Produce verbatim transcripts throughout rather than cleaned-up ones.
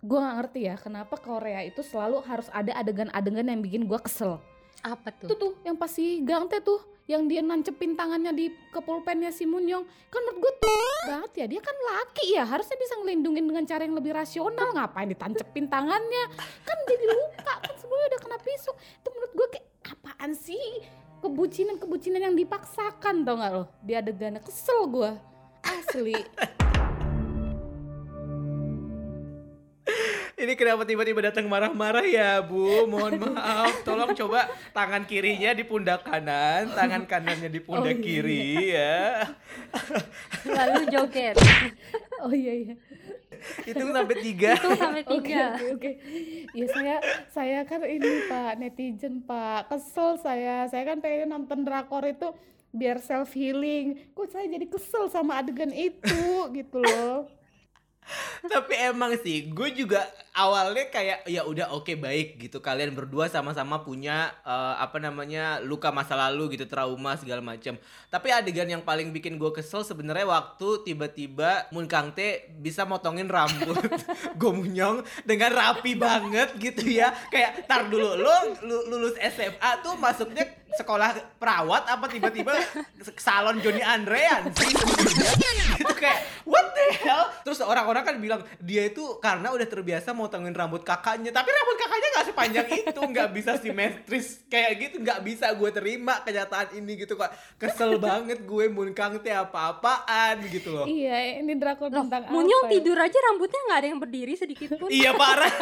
gue nggak ngerti ya kenapa Korea itu selalu harus ada adegan-adegan yang bikin gue kesel. Apa tuh? Itu tuh yang pas si Gang Tae tuh yang dia nancepin tangannya di ke pulpennya si Moon-young. Kan menurut gue tuh banget ya, dia kan laki ya, harusnya bisa ngelindungin dengan cara yang lebih rasional. Ngapain ditancepin tangannya, kan jadi luka, kan sebelumnya udah kena pisau. Itu menurut gue kayak apaan sih, kebucinan-kebucinan yang dipaksakan, tau gak lo, di adegannya. Kesel gue asli. Ini kenapa tiba-tiba datang marah-marah ya Bu? Mohon maaf, tolong coba tangan kirinya di pundak kanan, tangan kanannya di pundak oh, iya. kiri ya. Lalu joget. Oh iya iya. Itu sampai tiga. Itu sampai tiga. Oke oke. Ya saya saya kan ini Pak netizen Pak, kesel saya. Saya kan pengen nonton drakor itu biar self healing. Kok saya jadi kesel sama adegan itu gitu loh. Tapi emang sih gue juga awalnya kayak ya udah oke okay, baik gitu, kalian berdua sama-sama punya uh, apa namanya luka masa lalu gitu, trauma segala macam. Tapi adegan yang paling bikin gue kesel sebenarnya waktu tiba-tiba Moon Kang Tae bisa motongin rambut Go Moon-young dengan rapi banget gitu ya. Kayak tar dulu lo lulus S M A tuh masuknya sekolah perawat apa tiba-tiba salon Johnny Andrean sih gitu, kayak what the hell. Terus orang-orang kan bilang dia itu karena udah terbiasa motongin rambut kakaknya, tapi rambut kakaknya nggak sepanjang itu, nggak bisa simetris kayak gitu, nggak bisa gue terima kenyataan ini gitu kok. Kesel banget gue, Moon Kang Tae apa-apaan gitu loh. Iya, ini drakor tentang apa? Moon-young tidur aja rambutnya nggak ada yang berdiri sedikit pun. Iya parah.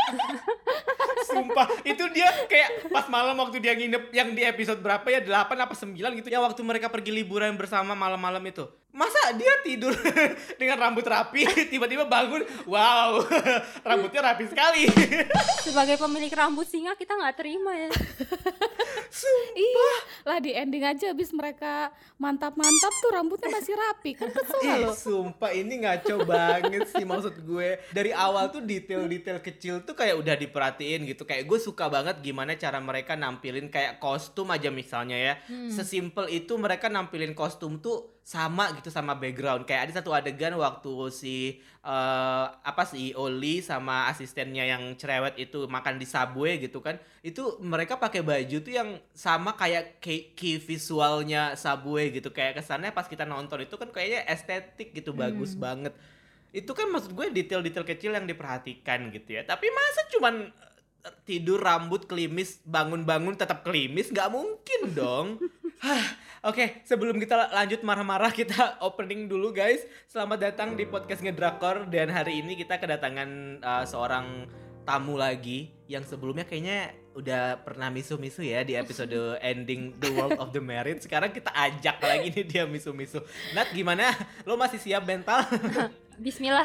Sumpah, itu dia kayak pas malam waktu dia nginep yang di episode berapa ya, delapan apa sembilan gitu ya, waktu mereka pergi liburan bersama malam-malam itu. Masa dia tidur dengan rambut rapi, tiba-tiba bangun, wow, rambutnya rapi sekali. Sebagai pemilik rambut singa kita nggak terima ya. Sumpah. Iya, lah di ending aja abis mereka mantap-mantap tuh rambutnya masih rapi, kan kesel gak lo? Sumpah ini ngaco banget sih, maksud gue dari awal tuh detail-detail kecil tuh kayak udah diperhatiin gitu. Kayak gue suka banget gimana cara mereka nampilin kayak kostum aja misalnya ya, hmm. sesimpel itu mereka nampilin kostum tuh sama gitu sama background. Kayak ada satu adegan waktu si uh, apa sih Oli sama asistennya yang cerewet itu makan di Subway gitu kan, itu mereka pakai baju tuh yang sama kayak key, key visualnya Subway gitu. Kayak kesannya pas kita nonton itu kan kayaknya estetik gitu, bagus hmm. banget. Itu kan maksud gue detail-detail kecil yang diperhatikan gitu ya. Tapi masa cuman tidur rambut klimis, bangun-bangun tetap klimis, nggak mungkin dong. Oke, okay, sebelum kita lanjut marah-marah, kita opening dulu guys. Selamat datang di podcast Ngedrakor. Dan hari ini kita kedatangan uh, seorang tamu lagi yang sebelumnya kayaknya udah pernah misu-misu ya di episode ending The World of the Married. Sekarang kita ajak lagi nih dia misu-misu. Nat, gimana? Lo masih siap mental? Bismillah.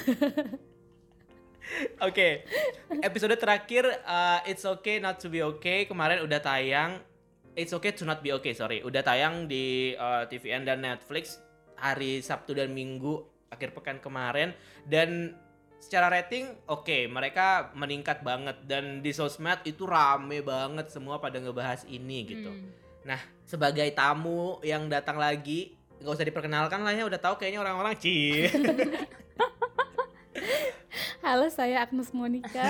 Oke, okay. Episode terakhir uh, It's Okay Not to Be Okay kemarin udah tayang. It's Okay to Not Be Okay, sorry. Udah tayang di uh, T V N dan Netflix hari Sabtu dan Minggu akhir pekan kemarin. Dan secara rating oke, okay, mereka meningkat banget. Dan di sosmed itu rame banget, semua pada ngebahas ini gitu. Hmm. Nah, sebagai tamu yang datang lagi, gak usah diperkenalkan lah ya, udah tahu kayaknya orang-orang. Ci. Halo, saya Agnes Monica.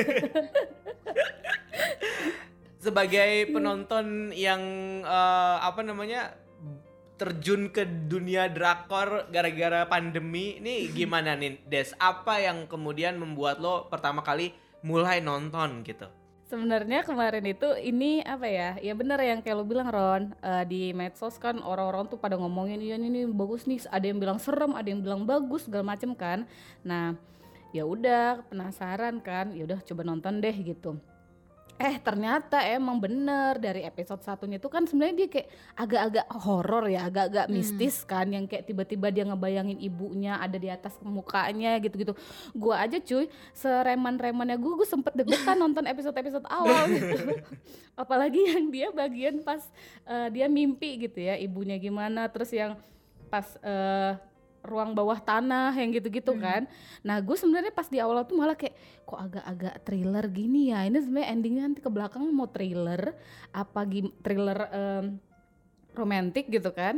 Sebagai penonton yang uh, apa namanya terjun ke dunia drakor gara-gara pandemi, nih gimana nih Des? Apa yang kemudian membuat lo pertama kali mulai nonton gitu? Sebenarnya kemarin itu ini apa ya? Ya benar yang kayak lo bilang Ron, uh, di medsos kan orang-orang tuh pada ngomongin iya ini bagus nih, ada yang bilang serem, ada yang bilang bagus segala macem kan. Nah, ya udah penasaran kan, ya udah coba nonton deh gitu. Eh ternyata emang bener dari episode satunya itu kan sebenarnya dia kayak agak-agak horor ya, agak-agak hmm. mistis kan, yang kayak tiba-tiba dia ngebayangin ibunya ada di atas mukanya gitu-gitu. Gue aja cuy, sereman-remannya gue, gue sempet deg-degan nonton episode-episode awal gitu. Apalagi yang dia bagian pas uh, dia mimpi gitu ya, ibunya gimana, terus yang pas uh, ruang bawah tanah yang gitu-gitu hmm. kan. Nah gue sebenarnya pas di awal tuh malah kayak kok agak-agak thriller gini ya. Ini sebenarnya endingnya nanti ke belakang mau thriller apa gim- thriller um, romantis gitu kan.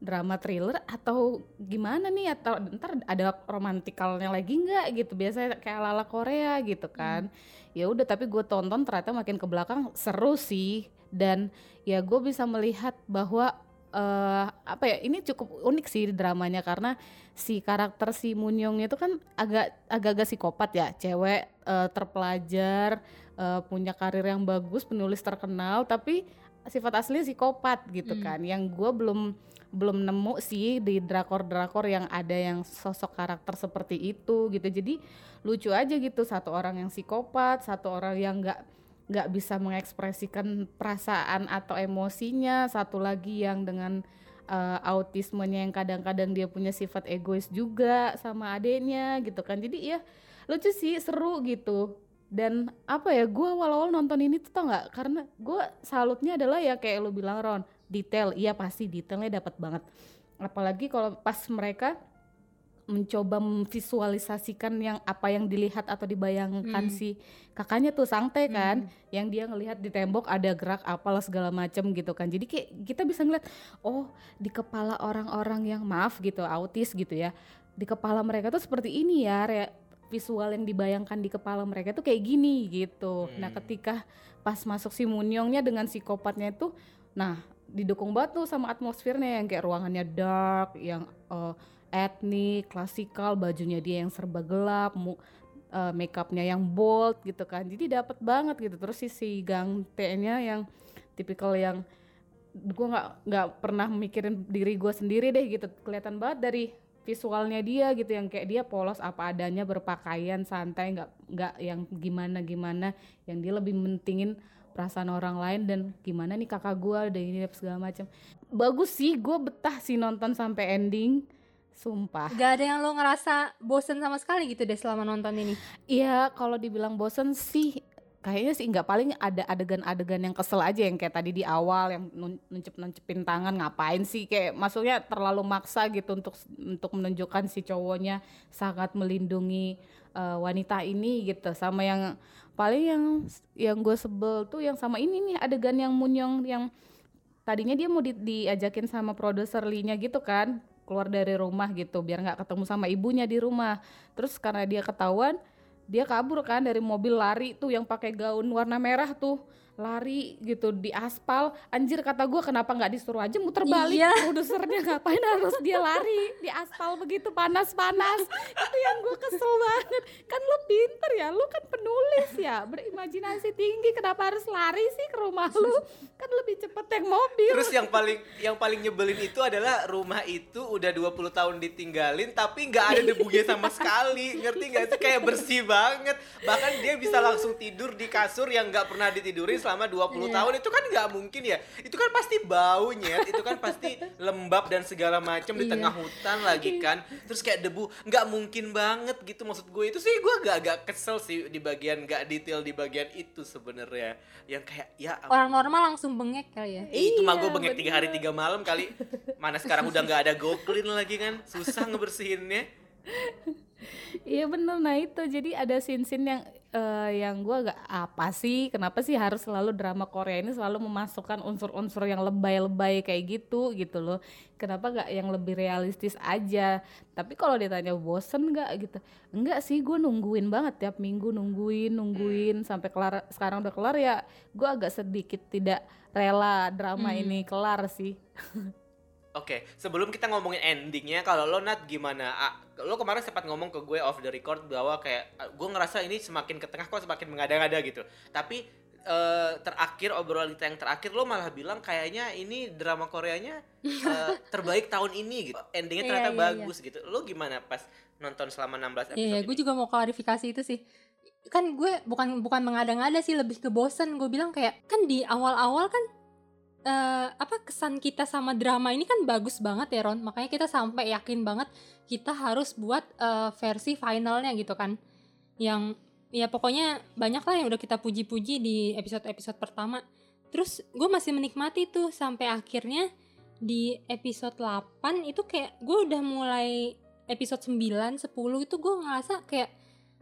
drama thriller atau gimana nih, atau ntar ada romantikalnya lagi nggak gitu, biasanya kayak ala-ala Korea gitu kan. Ya udah, tapi gue tonton ternyata makin ke belakang seru sih, dan ya gue bisa melihat bahwa eh apa ya, ini cukup unik sih dramanya, karena si karakter si Moon-young itu kan agak agak-agak psikopat ya, cewek eh, terpelajar, eh, punya karir yang bagus, penulis terkenal, tapi sifat asli psikopat gitu Hmm. kan, yang gue belum belum nemu sih di drakor-drakor yang ada yang sosok karakter seperti itu gitu. Jadi lucu aja gitu, satu orang yang psikopat, satu orang yang nggak nggak bisa mengekspresikan perasaan atau emosinya, satu lagi yang dengan uh, autismenya yang kadang-kadang dia punya sifat egois juga sama adeknya gitu kan. Jadi ya lucu sih, seru gitu. Dan apa ya, gue awal-awal nonton ini tuh tau nggak, karena gue salutnya adalah ya kayak lu bilang Ron, detail. Iya pasti detailnya dapat banget, apalagi kalau pas mereka mencoba memvisualisasikan yang apa yang dilihat atau dibayangkan Hmm. si kakaknya tuh Sangtae kan, Hmm. yang dia ngelihat di tembok ada gerak apalah segala macam gitu kan. Jadi kayak kita bisa ngeliat, oh di kepala orang-orang yang maaf gitu, autis gitu ya, di kepala mereka tuh seperti ini ya, re- visual yang dibayangkan di kepala mereka tuh kayak gini gitu. Nah Hmm. ketika pas masuk si Moon-youngnya dengan psikopatnya itu, nah didukung banget tuh sama atmosfernya yang kayak ruangannya dark, yang eh, etnik, klasikal, bajunya dia yang serba gelap, mu, eh, makeupnya yang bold gitu kan. Jadi dapat banget gitu. Terus si, si Gang T-nya yang tipikal yang gue nggak nggak pernah mikirin diri gue sendiri deh gitu. Kelihatan banget dari visualnya dia gitu, yang kayak dia polos apa adanya, berpakaian santai, nggak nggak yang gimana gimana, yang dia lebih mentingin perasaan orang lain dan gimana nih kakak gue dan ini segala macam. Bagus sih, gue betah sih nonton sampai ending, sumpah. Gak ada yang lo ngerasa bosen sama sekali gitu deh selama nonton ini? Iya, kalau dibilang bosen sih kayaknya sih nggak, paling ada adegan-adegan yang kesel aja, yang kayak tadi di awal yang nun- nuncep-nuncepin tangan, ngapain sih, kayak maksudnya terlalu maksa gitu untuk untuk menunjukkan si cowoknya sangat melindungi eh, wanita ini gitu. Sama yang paling yang yang gue sebel tuh yang sama ini nih, adegan yang Moon-young yang tadinya dia mau di- diajakin sama produser Lee-nya gitu kan, keluar dari rumah gitu biar nggak ketemu sama ibunya di rumah. Terus karena dia ketahuan, dia kabur kan dari mobil, lari tuh yang pakai gaun warna merah tuh, lari gitu di aspal. Anjir, kata gue kenapa nggak disuruh aja muter balik, Iya. produsernya ngapain harus dia lari di aspal begitu panas-panas. Itu yang gue kesel banget. Kan lu pinter ya, lu kan penulis ya, berimajinasi tinggi, kenapa harus lari sih ke rumah lu? Kan lebih cepet naik mobil. Terus yang paling yang paling nyebelin itu adalah rumah itu udah dua puluh tahun ditinggalin tapi nggak ada debunya sama sekali. Ngerti nggak sih? Kayak bersih banget. Bahkan dia bisa langsung tidur di kasur yang nggak pernah ditidurin selama dua puluh Iya. tahun. Itu kan nggak mungkin ya. Itu kan pasti baunya, itu kan pasti lembab dan segala macam di Iya. tengah hutan lagi kan. Terus kayak debu, nggak mungkin banget gitu. Maksud gue itu sih, gue agak-agak kesel sih di bagian nggak detail di bagian itu sebenarnya. Yang kayak ya ampun. Orang normal langsung bengek kali ya. Eh, itu mah gue Iya, bengek tiga hari tiga malam kali. Mana sekarang udah nggak ada go clean lagi kan, susah ngebersihinnya. Iya bener, nah itu jadi ada scene-scene yang eh, yang gue agak apa sih, kenapa sih harus selalu drama Korea ini selalu memasukkan unsur-unsur yang lebay-lebay kayak gitu gitu loh. Kenapa gak yang lebih realistis aja? Tapi kalau ditanya bosen gak gitu, enggak sih, gue nungguin banget tiap minggu, nungguin nungguin sampai kelar. Sekarang udah kelar ya, gue agak sedikit tidak rela drama Hmm. ini kelar sih. Oke, sebelum kita ngomongin endingnya, kalau lo Nat gimana? Ah, lo kemarin sempat ngomong ke gue off the record bahwa kayak ah, gue ngerasa ini semakin ke tengah kok semakin mengada-ngada gitu. Tapi eh, terakhir obrolan kita yang terakhir lo malah bilang kayaknya ini drama Koreanya eh, terbaik tahun ini gitu. Endingnya Iya, ternyata iya, bagus gitu. Lo gimana pas nonton selama enam belas episode Iya, ini? gue juga mau klarifikasi itu sih. Kan gue bukan bukan mengada-ngada sih, lebih ke bosen. Gue bilang kayak, kan di awal-awal kan eh, apa kesan kita sama drama ini kan bagus banget ya Ron. Makanya kita sampai yakin banget kita harus buat eh, versi finalnya gitu kan. Yang ya pokoknya banyak lah yang udah kita puji-puji di episode-episode pertama. Terus gue masih menikmati tuh sampai akhirnya di episode delapan itu kayak gue udah mulai episode sembilan, sepuluh itu gue ngerasa kayak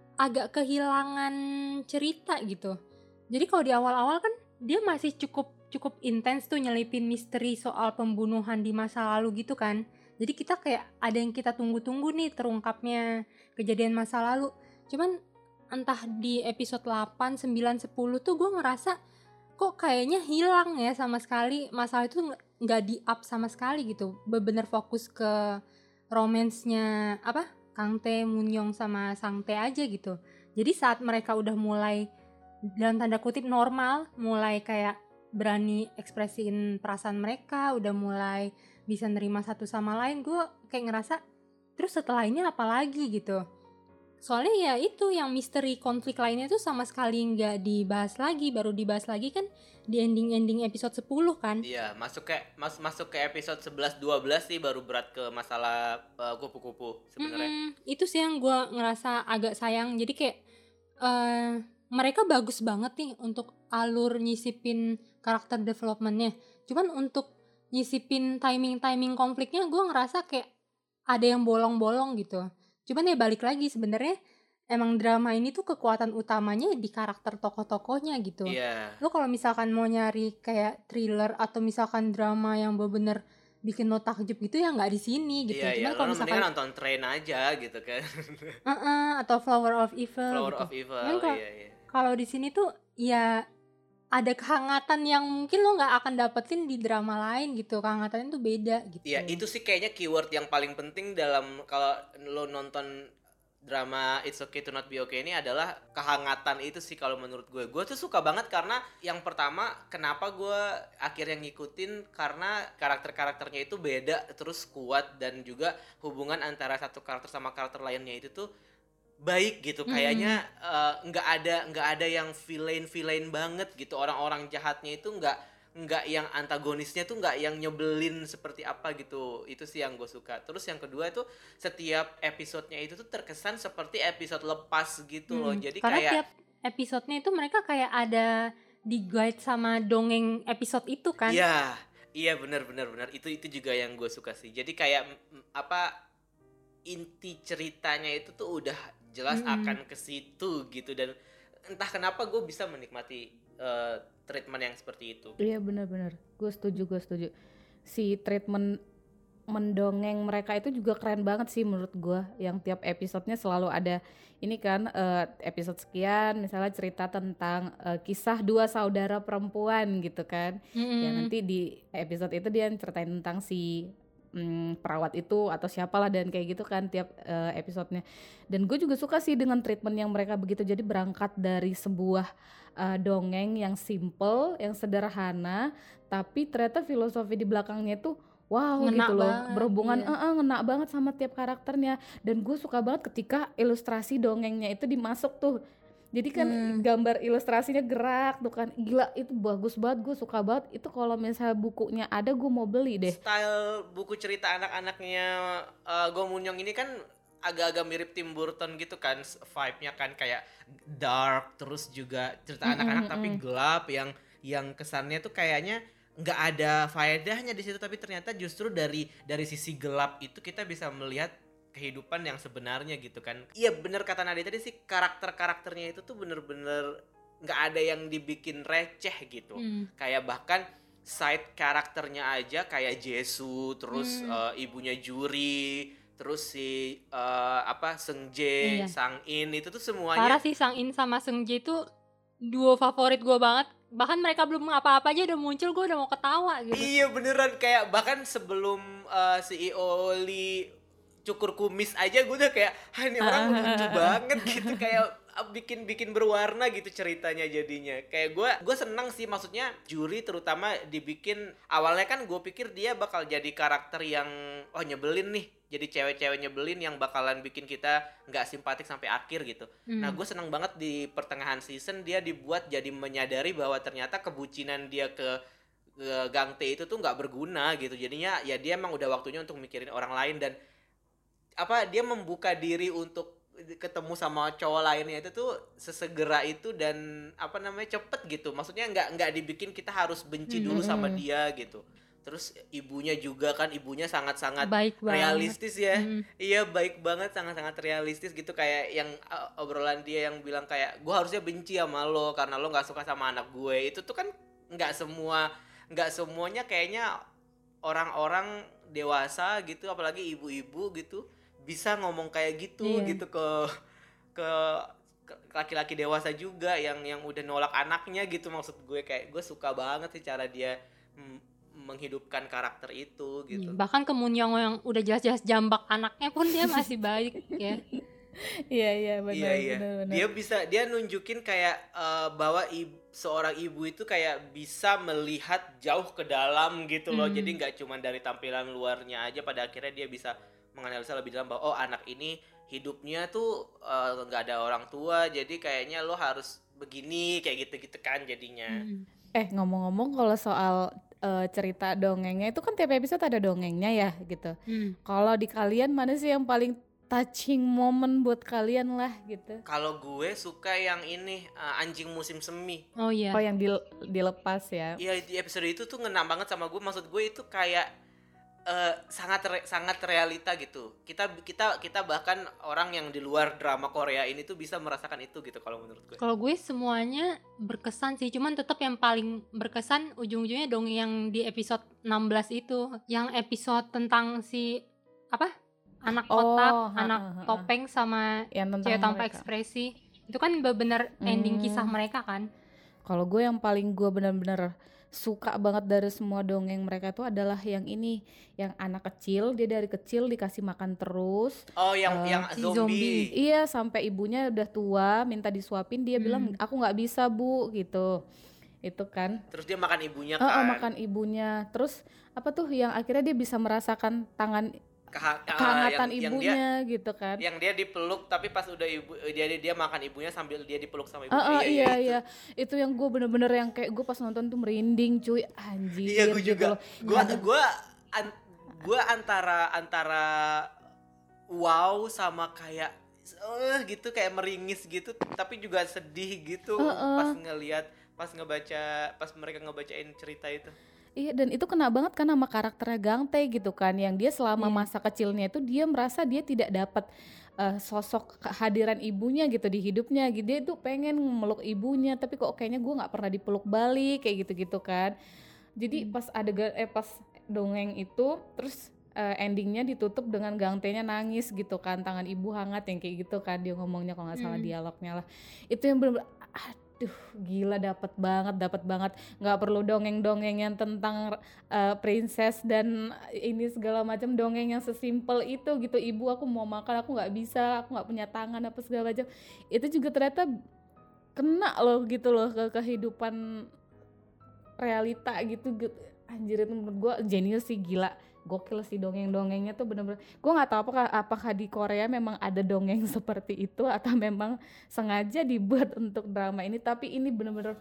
agak kehilangan cerita gitu. Jadi kalau di awal-awal kan dia masih cukup cukup intens tuh nyelipin misteri soal pembunuhan di masa lalu gitu kan. Jadi kita kayak ada yang kita tunggu-tunggu nih terungkapnya kejadian masa lalu. Cuman entah di episode delapan, sembilan, sepuluh tuh gue ngerasa kok kayaknya hilang ya sama sekali. Masalah itu nggak di up sama sekali gitu. Bener-bener fokus ke romance-nya apa Kang Tae, Moon-young sama Sang Tae aja gitu. Jadi saat mereka udah mulai dalam tanda kutip normal, mulai kayak berani ekspresiin perasaan mereka, udah mulai bisa nerima satu sama lain, gue kayak ngerasa terus setelah ini apa lagi gitu. Soalnya ya itu yang misteri konflik lainnya tuh sama sekali nggak dibahas lagi, baru dibahas lagi kan di ending-ending episode sepuluh kan. Iya, masuk ke mas, masuk ke episode sebelas dua belas sih baru berat ke masalah uh, kupu-kupu sebenarnya. Mm-mm, itu sih yang gue ngerasa agak sayang. Jadi kayak uh, mereka bagus banget nih untuk alur nyisipin karakter developmentnya. Cuman untuk nyisipin timing-timing konfliknya gue ngerasa kayak ada yang bolong-bolong gitu. Cuman ya balik lagi sebenarnya emang drama ini tuh kekuatan utamanya di karakter tokoh-tokohnya gitu. Iya. Lo kalau misalkan mau nyari kayak thriller atau misalkan drama yang bener-bener bikin lo takjub gitu ya nggak di sini gitu. Iya, Cuman iya. kalau Lo misalkan mendingan nonton Train aja gitu kan. uh-uh, atau Flower of Evil Flower gitu. of Evil. Cuman kalau Iya, iya. kalau di sini tuh ya ada kehangatan yang mungkin lo nggak akan dapetin di drama lain gitu. Kehangatannya tuh beda gitu. Iya, itu sih kayaknya keyword yang paling penting dalam kalau lo nonton drama It's Okay to Not Be Okay ini adalah kehangatan itu sih kalau menurut gue. Gue tuh suka banget karena yang pertama kenapa gue akhirnya ngikutin karena karakter-karakternya itu beda terus kuat dan juga hubungan antara satu karakter sama karakter lainnya itu tuh baik gitu. Mm. Kayaknya eh, nggak ada nggak ada yang villain villain banget gitu. Orang-orang jahatnya itu nggak nggak yang antagonisnya tuh nggak yang nyebelin seperti apa gitu. Itu sih yang gue suka. Terus yang kedua itu setiap episodenya itu tuh terkesan seperti episode lepas gitu loh. Hmm, Jadi karena kayak tiap episodenya itu mereka kayak ada di guide sama dongeng episode itu kan. iya iya benar benar benar itu itu juga yang gue suka sih. Jadi kayak mm, apa inti ceritanya itu tuh udah jelas Mm-mm. akan ke situ gitu dan entah kenapa gue bisa menikmati uh, treatment yang seperti itu. Iya benar-benar, gue setuju, gue setuju. Si treatment mendongeng mereka itu juga keren banget sih menurut gue. Yang tiap episodenya selalu ada ini kan uh, episode sekian, misalnya cerita tentang uh, kisah dua saudara perempuan gitu kan. Mm-mm. Ya nanti di episode itu dia ceritain tentang si Hmm, perawat itu atau siapalah dan kayak gitu kan tiap uh, episodenya. Dan gue juga suka sih dengan treatment yang mereka begitu. Jadi berangkat dari sebuah uh, dongeng yang simple, yang sederhana, tapi ternyata filosofi di belakangnya itu wow Ngena gitu loh, banget, berhubungan iya. uh, uh, ngena banget sama tiap karakternya. Dan gue suka banget ketika ilustrasi dongengnya itu dimasuk tuh. Jadi kan Hmm. gambar ilustrasinya gerak tuh kan, gila itu bagus banget, gue suka banget. Itu kalau misalnya bukunya ada gue mau beli deh. Style buku cerita anak-anaknya uh, Go Moon-young ini kan agak-agak mirip Tim Burton gitu kan, vibe-nya kan kayak dark terus juga cerita Mm, anak-anak mm, tapi mm. gelap yang yang kesannya tuh kayaknya nggak ada faedahnya di situ tapi ternyata justru dari dari sisi gelap itu kita bisa melihat kehidupan yang sebenarnya gitu kan. Iya bener kata Nadia tadi sih, karakter-karakternya itu tuh bener-bener nggak ada yang dibikin receh gitu. Hmm. Kayak bahkan side karakternya aja kayak Jesu, terus Hmm. eh, ibunya Juri, terus si eh, apa Seungjae, Iya. Sang In itu tuh Parah semuanya sih Sang In sama Seungjae itu duo favorit gue banget. Bahkan mereka belum apa-apa aja udah muncul gue udah mau ketawa gitu. iya beneran kayak bahkan sebelum eh, C E O Lee cukur kumis aja gue udah kayak ah ini orang lucu banget gitu kayak ah, bikin bikin berwarna gitu ceritanya jadinya. Kayak gue gue seneng sih maksudnya Juri terutama dibikin awalnya kan gue pikir dia bakal jadi karakter yang oh nyebelin nih. Jadi cewek-cewek nyebelin yang bakalan bikin kita nggak simpatik sampai akhir gitu. Hmm. Nah gue seneng banget di pertengahan season dia dibuat jadi menyadari bahwa ternyata kebucinan dia ke, ke Gang Tae itu tuh nggak berguna gitu. Jadinya ya dia emang udah waktunya untuk mikirin orang lain dan apa dia membuka diri untuk ketemu sama cowok lainnya itu tuh sesegera itu dan apa namanya cepet gitu. Maksudnya nggak nggak dibikin kita harus benci dulu sama dia gitu. Terus ibunya juga kan ibunya sangat-sangat Baik banget. realistis ya. Hmm. Iya baik banget, sangat-sangat realistis gitu kayak yang uh, obrolan dia yang bilang kayak gue harusnya benci sama lo karena lo nggak suka sama anak gue. Itu tuh kan nggak semua nggak semuanya kayaknya orang-orang dewasa gitu, apalagi ibu-ibu gitu bisa ngomong kayak gitu Iya. gitu ke ke ke laki-laki dewasa juga yang yang udah nolak anaknya gitu. Maksud gue kayak gue suka banget sih cara dia mm, menghidupkan karakter itu gitu. Bahkan ke Munyong yang udah jelas-jelas jambak anaknya pun dia masih baik ya. Iya iya benar Iya iya. benar benar. Dia bisa dia nunjukin kayak eh, bahwa ibu, seorang ibu itu kayak bisa melihat jauh ke dalam gitu loh. Hmm. Jadi nggak cuma dari tampilan luarnya aja, pada akhirnya dia bisa menganalisa lebih dalam bahwa oh anak ini hidupnya tuh eh, nggak ada orang tua, jadi kayaknya lo harus begini kayak gitu-gitu kan jadinya. Hmm. Eh ngomong-ngomong kalau soal eh, cerita dongengnya itu kan tiap episode ada dongengnya ya gitu. Hmm. Kalau di kalian mana sih yang paling touching moment buat kalian lah gitu? Kalau gue suka yang ini eh, anjing musim semi. Oh iya. Oh yang dil- dilepas ya. Iya di episode itu tuh ngena banget sama gue. Maksud gue itu kayak eh, sangat re- sangat realita gitu. Kita kita kita bahkan orang yang di luar drama Korea ini tuh bisa merasakan itu gitu kalau menurut gue. Kalau gue semuanya berkesan sih, cuman tetap yang paling berkesan ujung-ujungnya dong yang di episode enam belas itu, yang episode tentang si apa? Anak Oh, kotak, ha, anak ha, ha, ha. topeng sama Yang tentang cewek tanpa mereka. ekspresi. Itu kan benar-benar ending Hmm. kisah mereka kan. Kalau gue yang paling gue benar-benar suka banget dari semua dongeng mereka itu adalah yang ini, yang anak kecil, dia dari kecil dikasih makan terus. Oh yang Eh, yang si zombie. zombie. Iya, sampai ibunya udah tua minta disuapin, dia bilang Hmm. aku nggak bisa bu gitu. Itu kan. Terus dia makan ibunya Eh, eh, kan. makan ibunya. Terus apa tuh yang akhirnya dia bisa merasakan tangan Keha- ah, kehangatan yang, yang dia ibunya gitu kan. yang dia dipeluk tapi pas udah ibu dia dia, dia makan ibunya sambil dia dipeluk sama ibunya. Ah, ah, iya itu. iya, itu yang gue bener-bener yang kayak gue pas nonton tuh merinding cuy, anjir. Iya gue gitu juga. loh. Gua gua an- gua antara antara wow sama kayak eh gitu kayak meringis gitu tapi juga sedih gitu Heeh. pas ngelihat pas ngebaca pas mereka ngebacain cerita itu. Iya, dan itu kena banget kan sama karakternya Gangtae gitu kan, yang dia selama Iya. masa kecilnya itu dia merasa dia tidak dapat eh, sosok kehadiran ibunya gitu di hidupnya gitu. Dia tuh pengen meluk ibunya tapi kok kayaknya gue nggak pernah dipeluk balik kayak gitu-gitu kan. Jadi Hmm. pas adegan eh pas dongeng itu terus eh, endingnya ditutup dengan Gangtae-nya nangis gitu kan, tangan ibu hangat yang kayak gitu kan dia ngomongnya kalau nggak salah Hmm. dialognya lah. Itu yang bener-bener aduh gila, dapat banget dapat banget, nggak perlu dongeng-dongeng yang tentang uh, princess dan ini segala macam, dongeng yang sesimpel itu gitu, ibu aku mau makan aku nggak bisa, aku nggak punya tangan apa segala macam, itu juga ternyata kena loh gitu loh ke kehidupan realita gitu, gitu. Anjir itu menurut gue jenius sih, gila gokil sih dongeng-dongengnya tuh bener-bener. Gue nggak tahu apakah apakah di Korea memang ada dongeng seperti itu atau memang sengaja dibuat untuk drama ini, tapi ini bener-bener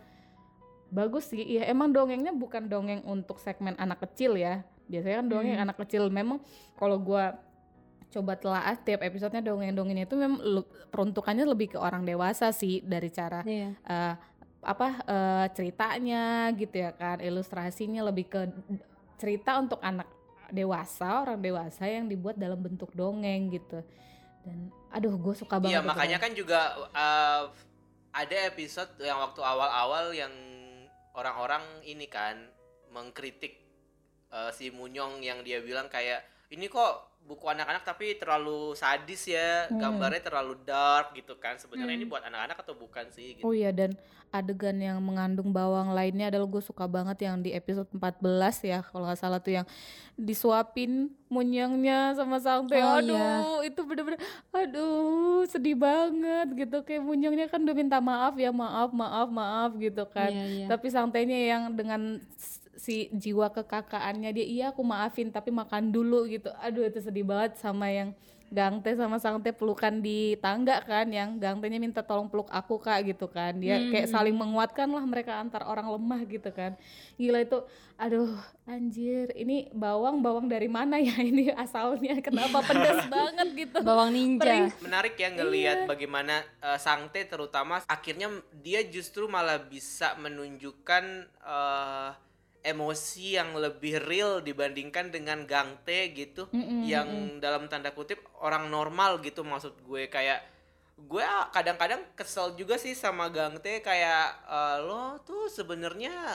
bagus sih. Iya emang dongengnya bukan dongeng untuk segmen anak kecil ya, biasanya kan dongeng Hmm. anak kecil. Memang kalau gue coba telaah tiap episodenya dongeng-dongeng itu memang lu- peruntukannya lebih ke orang dewasa sih, dari cara Iya. eh, apa eh, ceritanya gitu ya kan, ilustrasinya lebih ke cerita untuk anak dewasa, orang dewasa yang dibuat dalam bentuk dongeng gitu. Dan aduh gue suka banget Iya itu, makanya Bang. kan juga uh, ada episode yang waktu awal-awal yang orang-orang ini kan mengkritik uh, si Munyong yang dia bilang kayak ini kok buku anak-anak tapi terlalu sadis ya, Hmm. gambarnya terlalu dark gitu kan. Sebenarnya Hmm. ini buat anak-anak atau bukan sih gitu. Oh iya, dan adegan yang mengandung bawang lainnya adalah gue suka banget yang di episode empat belas ya kalau nggak salah tuh, yang disuapin Munyangnya sama Sangtae. Oh, Aduh iya. itu bener-bener aduh sedih banget gitu, kayak Munyangnya kan udah minta maaf ya, maaf maaf maaf gitu kan. Iya, iya. Tapi Sangtae-nya yang dengan s- si jiwa kekakaannya dia, iya aku maafin tapi makan dulu gitu. Aduh itu sedih banget. Sama yang Gangtae sama Sangtae pelukan di tangga kan, yang Gangtae-nya minta tolong peluk aku kak gitu kan, dia Hmm. kayak saling menguatkan lah mereka antar orang lemah gitu kan. Gila itu, aduh anjir, ini bawang bawang dari mana ya ini asalnya, kenapa pedas banget gitu. Bawang ninja. Perih. Menarik ya ngelihat bagaimana uh, Sangtae terutama akhirnya dia justru malah bisa menunjukkan uh, emosi yang lebih real dibandingkan dengan Gangtae gitu, Mm-mm, yang dalam tanda kutip orang normal gitu. Maksud gue kayak gue kadang-kadang kesel juga sih sama Gangtae kayak uh, lo tuh sebenarnya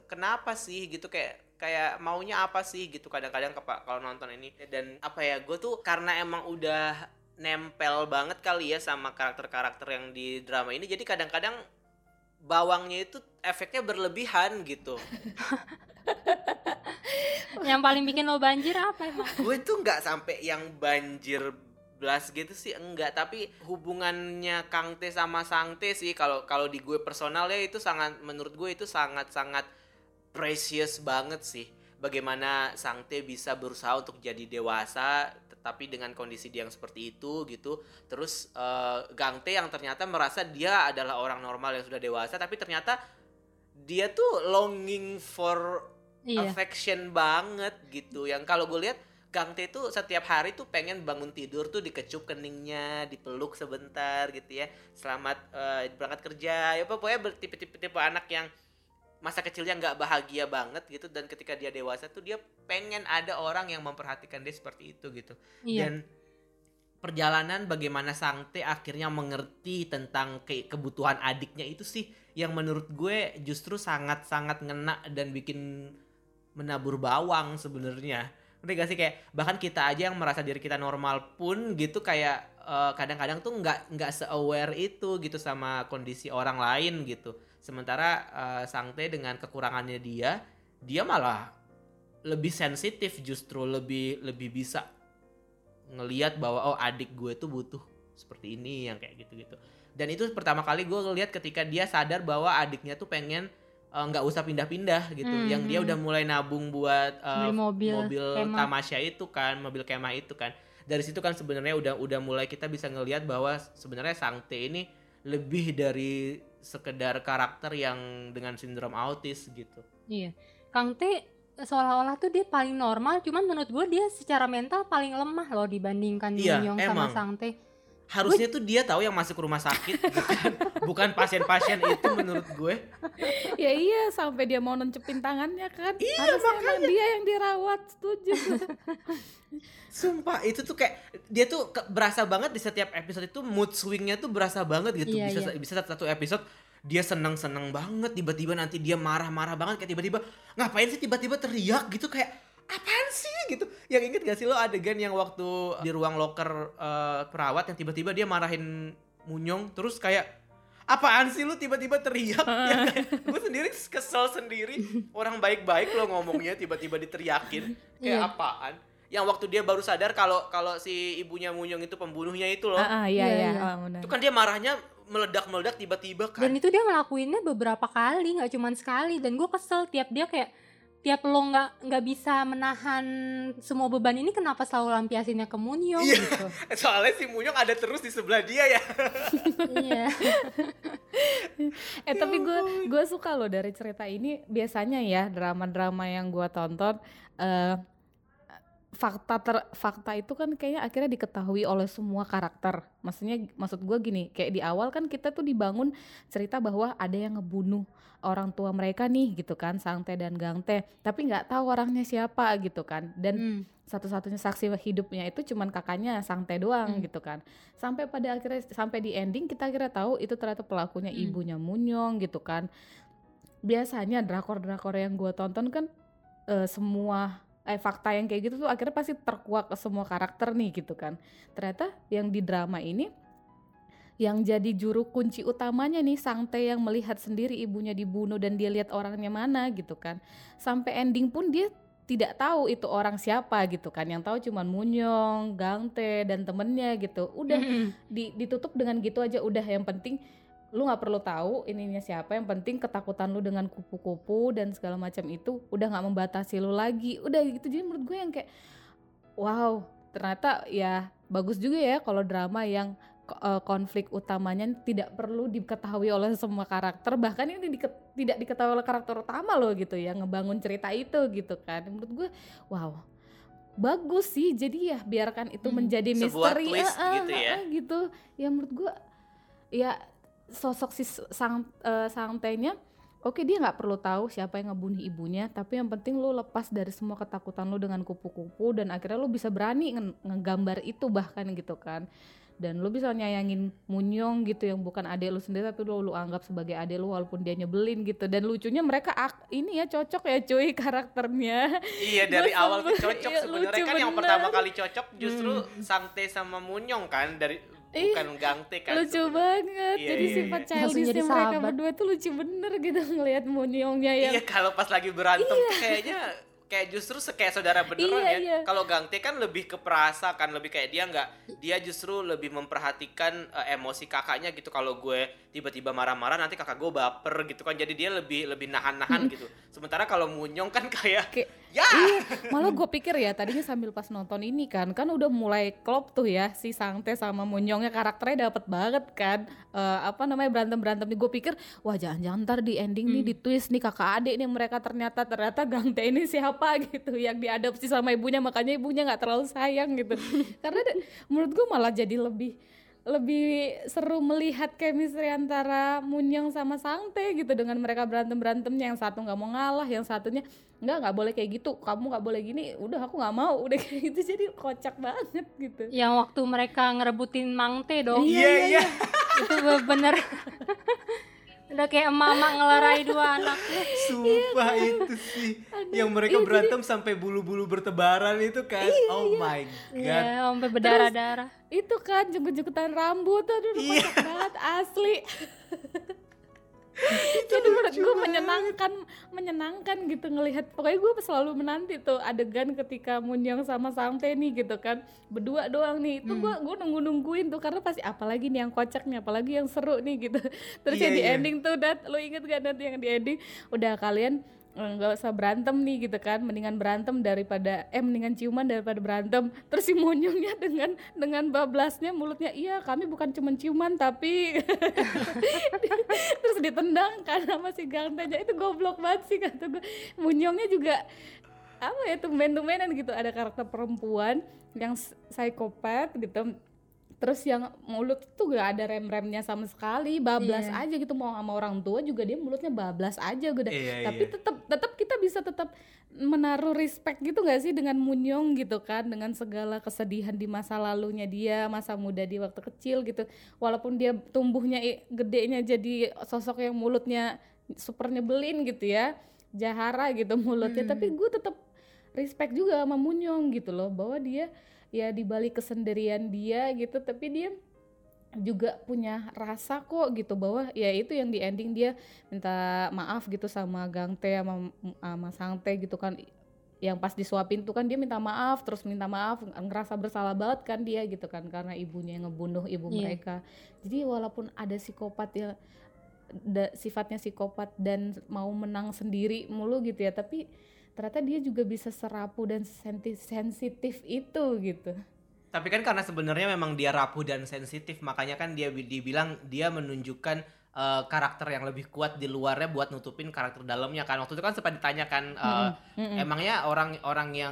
kenapa sih gitu, kayak kayak maunya apa sih gitu kadang-kadang kepa- kalau nonton ini. Dan apa ya, gue tuh karena emang udah nempel banget kali ya sama karakter-karakter yang di drama ini, jadi kadang-kadang bawangnya itu efeknya berlebihan gitu. Yang paling bikin lo banjir apa emang? Gue tuh nggak sampai yang banjir blas gitu sih, enggak, tapi hubungannya Kang Tae sama Sang Tae sih kalau kalau di gue personal ya itu sangat, menurut gue itu sangat-sangat precious banget sih. Bagaimana Sang Tae bisa berusaha untuk jadi dewasa tetapi dengan kondisi dia yang seperti itu gitu. Terus uh, Gang Tae yang ternyata merasa dia adalah orang normal yang sudah dewasa, tapi ternyata dia tuh longing for Iya. affection banget gitu. Yang kalau gue lihat Gang Tae tuh setiap hari tuh pengen bangun tidur tuh dikecup keningnya, dipeluk sebentar gitu ya. Selamat uh, berangkat kerja. Ya pokoknya bertipe-tipe tipe anak yang masa kecilnya nggak bahagia banget gitu, dan ketika dia dewasa tuh dia pengen ada orang yang memperhatikan dia seperti itu gitu. Iya. Dan perjalanan bagaimana Sang Tae akhirnya mengerti tentang ke- kebutuhan adiknya itu sih yang menurut gue justru sangat-sangat ngena dan bikin menabur bawang sebenarnya. Ngerti gak sih, kayak bahkan kita aja yang merasa diri kita normal pun gitu kayak uh, kadang-kadang tuh nggak nggak se-aware itu gitu sama kondisi orang lain gitu. Sementara uh, Sang Tae dengan kekurangannya dia, dia malah lebih sensitif, justru lebih lebih bisa ngelihat bahwa oh adik gue tuh butuh seperti ini yang kayak gitu-gitu. Dan itu pertama kali gue ngelihat ketika dia sadar bahwa adiknya tuh pengen nggak uh, usah pindah-pindah gitu. Hmm, Yang dia hmm. udah mulai nabung buat uh, Beli mobil, mobil kemah. tamasya itu kan, mobil kemah itu kan. Dari situ kan sebenarnya udah udah mulai kita bisa ngelihat bahwa sebenarnya Sang Tae ini lebih dari sekedar karakter yang dengan sindrom autis gitu. Iya. Kang Tae seolah-olah tuh dia paling normal, cuman menurut gue dia secara mental paling lemah loh dibandingkan Iya, Yoon Young sama emang. Sang Tae. Harusnya tuh dia tahu yang masuk rumah sakit gitu kan. Bukan pasien-pasien itu menurut gue. Ya iya, sampai dia mau nencepin tangannya kan. Iya, Harusnya emang makanya. dia yang dirawat, setuju. Sumpah itu tuh kayak dia tuh ke- berasa banget di setiap episode itu mood swingnya tuh berasa banget gitu. Iya, bisa iya. bisa satu episode dia seneng-seneng banget, tiba-tiba nanti dia marah-marah banget, kayak tiba-tiba ngapain sih tiba-tiba teriak gitu, kayak apaan sih gitu. Yang inget gak sih lo adegan yang waktu di ruang loker uh, perawat yang tiba-tiba dia marahin Munyong, terus kayak apaan sih lu tiba-tiba teriak. Ya, gue sendiri kesel sendiri, orang baik-baik lo ngomongnya tiba-tiba diteriakin kayak Iya. apaan. Yang waktu dia baru sadar kalau kalau si ibunya Munyong itu pembunuhnya itu loh. Ah, ah, iya Iya, iya, iya. oh, benar. Itu kan dia marahnya meledak-meledak tiba-tiba kan. Dan itu dia ngelakuinnya beberapa kali, nggak cuma sekali. Dan gue kesel tiap dia kayak tiap lo nggak nggak bisa menahan semua beban ini, kenapa selalu lampiasinnya ke Moon-young Iya. gitu. Soalnya si Munyong ada terus di sebelah dia ya. Iya. Eh tapi gue gue suka loh dari cerita ini. Biasanya ya drama-drama yang gue tonton eh fakta ter, fakta itu kan kayaknya akhirnya diketahui oleh semua karakter. Maksudnya maksud gue gini, kayak di awal kan kita tuh dibangun cerita bahwa ada yang ngebunuh orang tua mereka nih gitu kan, Sang Tae dan Gang Tae, tapi nggak tahu orangnya siapa gitu kan. Dan Hmm. satu-satunya saksi hidupnya itu cuman kakaknya Sang Tae doang Hmm. gitu kan. Sampai pada akhirnya, sampai di ending kita akhirnya tahu itu ternyata pelakunya Hmm. ibunya Moon-young gitu kan. Biasanya drakor-drakor yang gue tonton kan eh, semua eh fakta yang kayak gitu tuh akhirnya pasti terkuak ke semua karakter nih gitu kan. Ternyata yang di drama ini yang jadi juru kunci utamanya nih Sang Tae yang melihat sendiri ibunya dibunuh dan dia lihat orangnya mana gitu kan. Sampai ending pun dia tidak tahu itu orang siapa gitu kan. Yang tahu cuman Moon-young, Gang Tae dan temennya gitu. Udah Mm-mm. di, ditutup dengan gitu aja, udah yang penting lu nggak perlu tahu ininya siapa, yang penting ketakutan lu dengan kupu-kupu dan segala macam itu udah nggak membatasi lu lagi, udah gitu. Jadi menurut gue yang kayak wow, ternyata ya bagus juga ya kalau drama yang ko- eh, konflik utamanya tidak perlu diketahui oleh semua karakter, bahkan ini dike- tidak diketahui oleh karakter utama loh gitu ya, ngebangun cerita itu gitu kan. Menurut gue wow, bagus sih. Jadi ya biarkan itu Hmm. menjadi Sebuah misteri twist ah, ah, gitu ya. ah, gitu. Ya menurut gue ya sosok si sang eh, Sang Tae-nya Oke, dia nggak perlu tahu siapa yang ngebunuh ibunya, tapi yang penting lu lepas dari semua ketakutan lu dengan kupu-kupu dan akhirnya lu bisa berani nge- ngegambar itu bahkan gitu kan. Dan lu bisa nyayangin Munyong gitu yang bukan adek lu sendiri tapi lu, lu anggap sebagai adek lu walaupun dia nyebelin gitu. Dan lucunya mereka ak- ini ya cocok ya cuy karakternya. Iya dari Gua awal tuh sempet- cocok iya, sebenarnya lucu kan yang bener. pertama kali cocok justru Sangte sama Munyong kan dari Ih, bukan Gangte kan. lucu sebenarnya. banget. Iya, Jadi iya, sifat iya. Langsung jadi childishnya mereka sahabat. berdua tuh lucu bener gitu ngelihat Munyongnya yang Iya kalau pas lagi berantem tuh kayaknya kayak justru se- kayak saudara beneran Iya, ya. iya. Kalau Gangte kan lebih ke perasa kan, lebih kayak dia nggak, dia justru lebih memperhatikan eh, emosi kakaknya gitu. Kalau gue tiba-tiba marah-marah nanti kakak gue baper gitu kan, jadi dia lebih lebih nahan-nahan gitu. Sementara kalau Munyong kan kayak Kayak- ya Iya, malah gue pikir ya tadinya sambil pas nonton ini kan, kan udah mulai klop tuh ya si Sangte sama Munyongnya karakternya dapet banget kan, Eh, apa namanya berantem berantem nih. Gue pikir wah jangan-jangan ntar di ending nih di twist nih kakak adik nih mereka ternyata ternyata Gangte ini siapa gitu yang diadopsi sama ibunya makanya ibunya nggak terlalu sayang gitu. Karena de- menurut gue malah jadi lebih lebih seru melihat chemistry antara Munyong sama Sangte gitu dengan mereka berantem berantemnya yang satu nggak mau ngalah yang satunya nggak nggak boleh kayak gitu kamu nggak boleh gini udah aku nggak mau udah kayak gitu jadi kocak banget gitu. Yang waktu mereka ngerebutin Mangte dong. iya iya. Itu bener udah kayak emak-emak ngelarai dua anak. Sumpah itu sih yang mereka berantem sampai bulu-bulu bertebaran itu kan. Oh my god. Iya, sampai berdarah-darah. Itu kan jemput-jemputan rambut aduh udah Iya. kocak banget asli. Jadi menurut gue menyenangkan menyenangkan gitu ngelihat pokoknya gue selalu menanti tuh adegan ketika Munyong sama Sangte nih gitu kan berdua doang nih itu gue gue nunggu nungguin tuh karena pasti apalagi nih yang kocak nih apalagi yang seru nih gitu terus Iya, yang di iya. ending tuh Dat lo inget gak nanti yang di ending udah kalian nggak usah berantem nih gitu kan mendingan berantem daripada eh mendingan ciuman daripada berantem terus si Munyongnya dengan dengan bablasnya mulutnya iya kami bukan cuma ciuman tapi terus ditendang kan sama si Gangtenya itu goblok banget sih kata gue. Munyongnya juga apa ya tumben-tumbenan gitu ada karakter perempuan yang s- psikopat gitu terus yang mulut tuh gak ada rem-remnya sama sekali bablas Iya. aja gitu mau sama orang tua juga dia mulutnya bablas aja gitu Iya, tapi iya. tetap tetap kita bisa tetap menaruh respect gitu gak sih dengan Munyong gitu kan dengan segala kesedihan di masa lalunya dia masa muda di waktu kecil gitu walaupun dia tumbuhnya i- gedenya jadi sosok yang mulutnya super nyebelin gitu ya jahara gitu mulutnya Hmm. tapi gue tetap respect juga sama Munyong gitu loh bahwa dia ya di balik kesendirian dia gitu tapi dia juga punya rasa kok gitu bahwa ya itu yang di ending dia minta maaf gitu sama Gangte sama, sama Sangte gitu kan yang pas disuapin tuh kan dia minta maaf terus minta maaf ngerasa bersalah banget kan dia gitu kan karena ibunya yang ngebunuh ibu Iya. mereka jadi walaupun ada psikopat ya da- sifatnya psikopat dan mau menang sendiri mulu gitu ya tapi ternyata dia juga bisa serapuh dan senti- sensitif itu gitu. Tapi kan karena sebenarnya memang dia rapuh dan sensitif, makanya kan dia bi- dibilang dia menunjukkan eh, karakter yang lebih kuat di luarnya buat nutupin karakter dalamnya kan. Waktu itu kan sempat ditanyakan eh, Mm-mm. emangnya orang-orang yang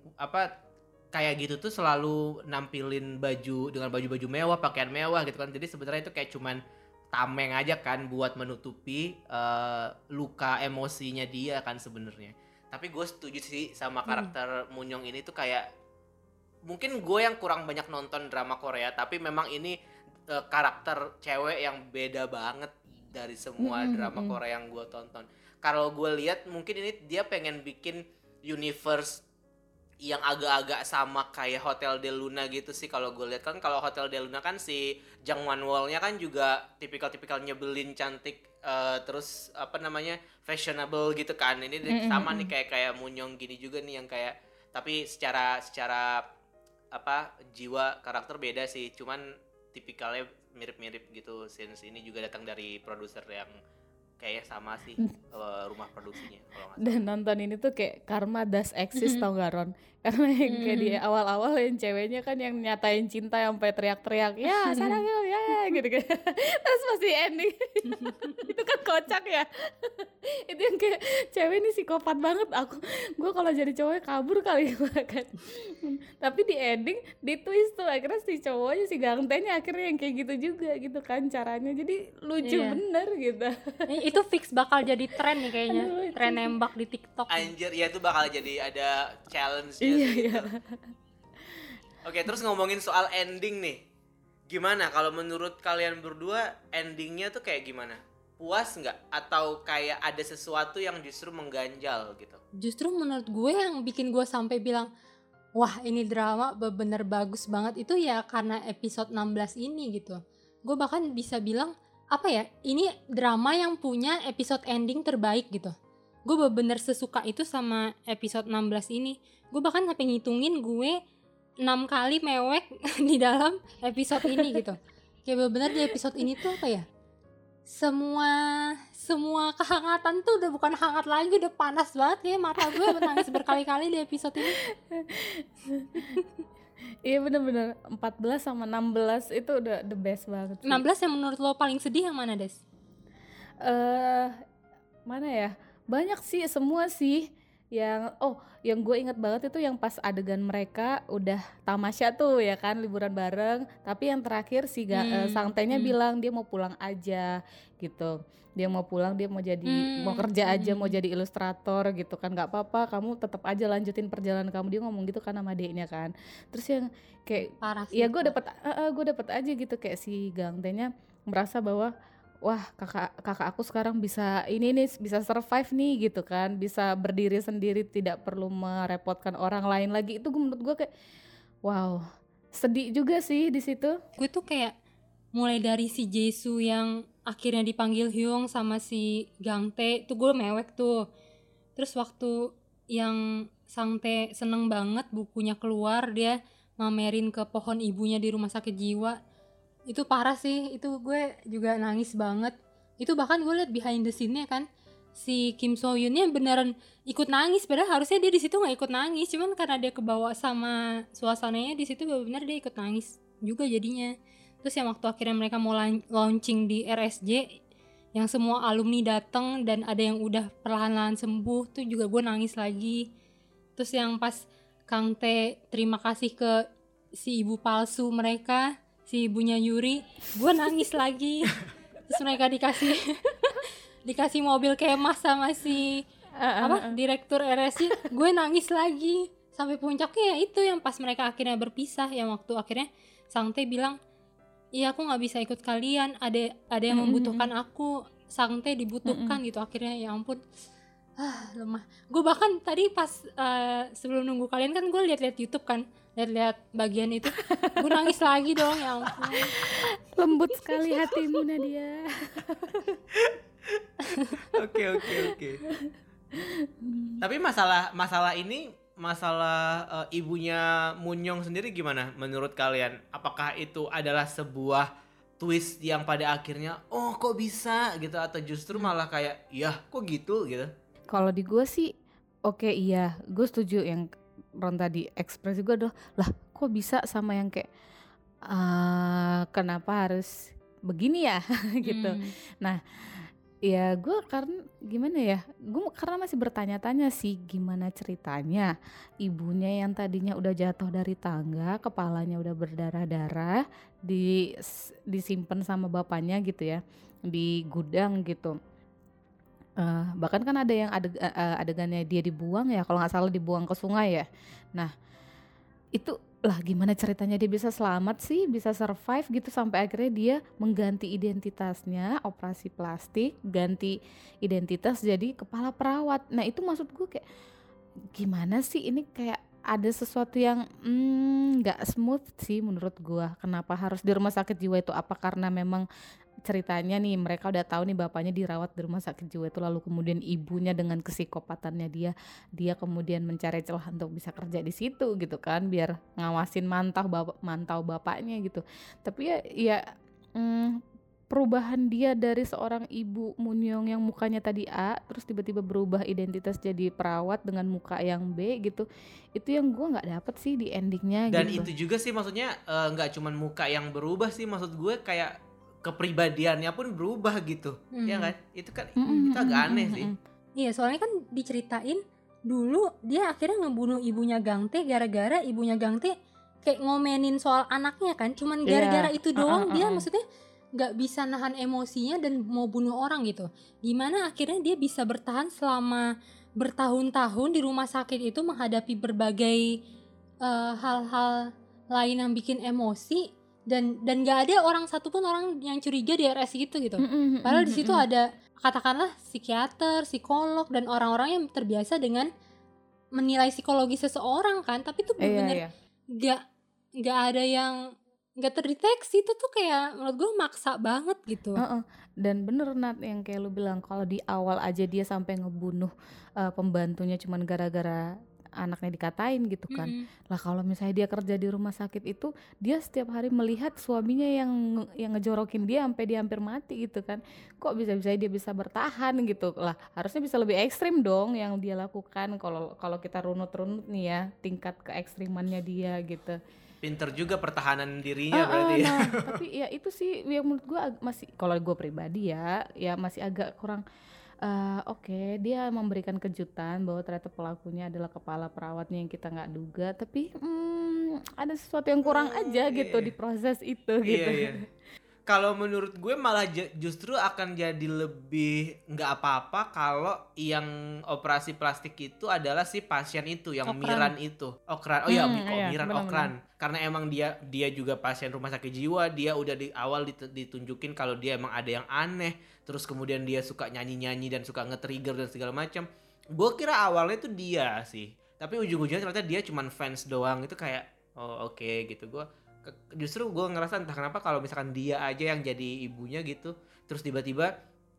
apa kayak gitu tuh selalu nampilin baju dengan baju-baju mewah, pakaian mewah gitu kan. Jadi sebenarnya itu kayak cuman tameng aja kan buat menutupi eh, luka emosinya dia kan sebenarnya. Tapi gue setuju sih sama karakter Munyong ini tuh kayak mungkin gue yang kurang banyak nonton drama Korea tapi memang ini eh, karakter cewek yang beda banget dari semua Mm-mm, drama mm-mm. Korea yang gue tonton. Kalau gue lihat mungkin ini dia pengen bikin universe yang agak-agak sama kayak Hotel Del Luna gitu sih kalau gue lihat kan. Kalau Hotel Del Luna kan si Jang Wan-wol-nya kan juga tipikal-tipikal nyebelin, cantik, eh, terus apa namanya fashionable gitu kan. Ini Mm-mm, sama mm-mm. nih kayak kayak Munyong gini juga nih yang kayak tapi secara secara apa jiwa karakter beda sih, cuman tipikalnya mirip-mirip gitu. Scenes ini juga datang dari produser yang kayaknya sama sih eh, rumah produksinya kalau nggak salah. Dan nonton ini tuh kayak karma does exist tau gak Ron? Karena yang kayak di awal-awal yang ceweknya kan yang nyatain cinta sampai teriak-teriak ya sarang ya ya gitu kan. Terus pasti ending itu kan kocak ya. Itu yang kayak cewek ini psikopat banget aku gue kalau jadi cowok kabur kali gua kan. Tapi di ending di twist tuh akhirnya si cowoknya si Gangtenya akhirnya yang kayak gitu juga gitu kan caranya jadi lucu Iya. bener gitu. Eh, itu fix bakal jadi tren nih kayaknya. Aduh, Tren nembak di TikTok. Anjir, ya itu bakal jadi ada challenge ya Iya, gitu. iya. Oke, terus ngomongin soal ending nih. Gimana kalau menurut kalian berdua endingnya tuh kayak gimana? Puas nggak? Atau kayak ada sesuatu yang justru mengganjal gitu? Justru menurut gue yang bikin gue sampai bilang wah ini drama bener bagus banget itu ya karena episode enam belas ini gitu. Gue bahkan bisa bilang apa ya, ini drama yang punya episode ending terbaik gitu. Gue bener sesuka itu sama episode enam belas ini. Gue bahkan sampai ngitungin gue enam kali mewek di dalam episode ini gitu. Kayak bener-bener di episode ini tuh apa ya, semua semua kehangatan tuh udah bukan hangat lagi, udah panas banget kayak mata gue menangis berkali-kali di episode ini. Iya bener-bener empat belas sama enam belas itu udah the best banget sih. enam belas yang menurut lo paling sedih yang mana, Des? Eh mana ya? Banyak sih, semua sih. Yang oh, yang gue inget banget itu yang pas adegan mereka udah tamasya tuh ya kan, liburan bareng. Tapi yang terakhir si ga, eh, Hmm, Sangtenya hmm. bilang dia mau pulang aja gitu. Dia mau pulang, dia mau jadi Hmm, mau kerja aja, hmm. mau jadi ilustrator gitu kan. Nggak apa-apa, kamu tetap aja lanjutin perjalanan kamu. Dia ngomong gitu kan sama adiknya kan. Terus yang kayak Parah sih. ya gue dapet uh, uh, gue dapet aja gitu kayak si Gangtenya merasa bahwa wah kakak kakak aku sekarang bisa ini nih, bisa survive nih gitu kan, bisa berdiri sendiri tidak perlu merepotkan orang lain lagi. Itu gue- menurut gue kayak wow, sedih juga sih di situ. Gue tuh kayak mulai dari si Jisoo yang akhirnya dipanggil Hyung sama si Gangtae tuh gue mewek tuh. Terus waktu yang Sangtae seneng banget bukunya keluar, dia mamerin ke pohon ibunya di rumah sakit jiwa, itu parah sih. Itu gue juga nangis banget. Itu bahkan gue liat behind the scene-nya kan, si Kim So Hyunnya beneran ikut nangis, padahal harusnya dia di situ nggak ikut nangis, cuman karena dia kebawa sama suasananya di situ bener-bener dia ikut nangis juga jadinya. Terus yang waktu akhirnya mereka mau lan- launching di R S J, yang semua alumni datang dan ada yang udah perlahan-lahan sembuh, tuh juga gue nangis lagi. Terus yang pas Kang Tae terima kasih ke si ibu palsu mereka, si ibunya Yuri, gue nangis lagi. Terus mereka dikasih dikasih mobil kemah sama si Uh, uh, apa uh. direktur R S J, gue nangis lagi. Sampai puncaknya ya itu yang pas mereka akhirnya berpisah, yang waktu akhirnya Sangtae bilang, iya aku nggak bisa ikut kalian, ada ada yang Mm, mm, membutuhkan aku, Sangtae dibutuhkan gitu. Akhirnya ya ampun, ah lemah. Gue bahkan tadi pas eh, sebelum nunggu kalian kan gue lihat-lihat YouTube kan, lihat-lihat bagian itu, gue nangis lagi dong, ya ampun. Lembut sekali hatimu Nadia. Oke oke oke. Tapi masalah masalah ini masalah eh, ibunya Munyong sendiri gimana menurut kalian? Apakah itu adalah sebuah twist yang pada akhirnya oh kok bisa gitu, atau justru malah kayak ya kok gitu gitu? Kalau di gue sih oke, iya, gue setuju yang Ron tadi ekspresi gue adalah lah kok bisa sama yang kayak eh kenapa harus begini ya gitu. Hmm. Nah, ya gue karena gimana ya, gue karena masih bertanya-tanya sih gimana ceritanya ibunya yang tadinya udah jatuh dari tangga, kepalanya udah berdarah-darah, di disimpan sama bapaknya gitu ya di gudang gitu. Eh, bahkan kan ada yang adeg- eh, eh, adegannya dia dibuang ya, kalau nggak salah dibuang ke sungai ya. Nah itu lah gimana ceritanya dia bisa selamat sih, bisa survive gitu sampai akhirnya dia mengganti identitasnya, operasi plastik, ganti identitas jadi kepala perawat. Nah itu maksud gue kayak gimana sih ini, kayak ada sesuatu yang mm, nggak smooth sih menurut gue. Kenapa harus di rumah sakit jiwa itu? Apa karena memang ceritanya nih mereka udah tahu nih bapaknya dirawat di rumah sakit jiwa itu, lalu kemudian ibunya dengan kesikopatannya dia dia kemudian mencari celah untuk bisa kerja di situ gitu kan, biar ngawasin mantau bapak mantau bapaknya gitu. Tapi ya ya mm, perubahan dia dari seorang ibu Munyong yang mukanya tadi A terus tiba-tiba berubah identitas jadi perawat dengan muka yang B gitu, itu yang gue nggak dapet sih di endingnya. Dan gitu. itu juga sih maksudnya eh, nggak cuman muka yang berubah sih, maksud gue kayak kepribadiannya pun berubah gitu. Hmm. Ya kan? Itu kan Mm-mm, itu agak mm-mm, aneh mm-mm, sih. mm-mm. Iya, soalnya kan diceritain dulu dia akhirnya ngebunuh ibunya Gangtae gara-gara ibunya Gangtae kayak ngomenin soal anaknya kan, cuman Iya, gara-gara itu uh, doang uh, uh, dia uh. maksudnya nggak bisa nahan emosinya dan mau bunuh orang gitu. Gimana akhirnya dia bisa bertahan selama bertahun-tahun di rumah sakit itu menghadapi berbagai uh, hal-hal lain yang bikin emosi, dan dan nggak ada orang satupun orang yang curiga di R S itu gitu. Mm-mm, Padahal di mm-mm, situ mm-mm. ada katakanlah psikiater, psikolog, dan orang-orang yang terbiasa dengan menilai psikologi seseorang kan, tapi itu Iya, bener-bener iya. nggak nggak ada yang nggak terdeteksi. Itu tuh kayak menurut gue maksa banget gitu. Heeh. Dan bener Nat yang kayak lu bilang, kalau di awal aja dia sampai ngebunuh uh, pembantunya cuman gara-gara anaknya dikatain gitu kan. Mm-mm. Lah kalau misalnya dia kerja di rumah sakit itu, dia setiap hari melihat suaminya yang yang ngejorokin dia sampai dia hampir mati gitu kan. Kok bisa-bisa dia bisa bertahan gitu. Lah harusnya bisa lebih ekstrim dong yang dia lakukan, kalau kalau kita runut-runut nih ya tingkat keekstrimannya dia gitu. Pinter juga pertahanan dirinya Ah, ah, berarti ya. nah tapi ya itu sih yang menurut gue masih, kalau gue pribadi ya ya masih agak kurang. eh, Oke, dia memberikan kejutan bahwa ternyata pelakunya adalah kepala perawatnya yang kita nggak duga, tapi hmm, ada sesuatu yang kurang aja Hmm, gitu iya. di proses itu Iya, gitu. iya. Kalau menurut gue malah ju- justru akan jadi lebih nggak apa-apa kalau yang operasi plastik itu adalah si pasien itu, yang Okran. Miran itu. Okran. Oh ya, Hmm, kok iya, Miran benar-benar. Okran. Karena emang dia dia juga pasien rumah sakit jiwa, dia udah di awal dit- ditunjukin kalau dia emang ada yang aneh, terus kemudian dia suka nyanyi-nyanyi dan suka nge-trigger dan segala macam. Gue kira awalnya itu dia sih. Tapi ujung-ujungnya ternyata dia cuman fans doang. Itu kayak oh oke gitu. Gue ke- justru gue ngerasa entah kenapa kalau misalkan dia aja yang jadi ibunya gitu, terus tiba-tiba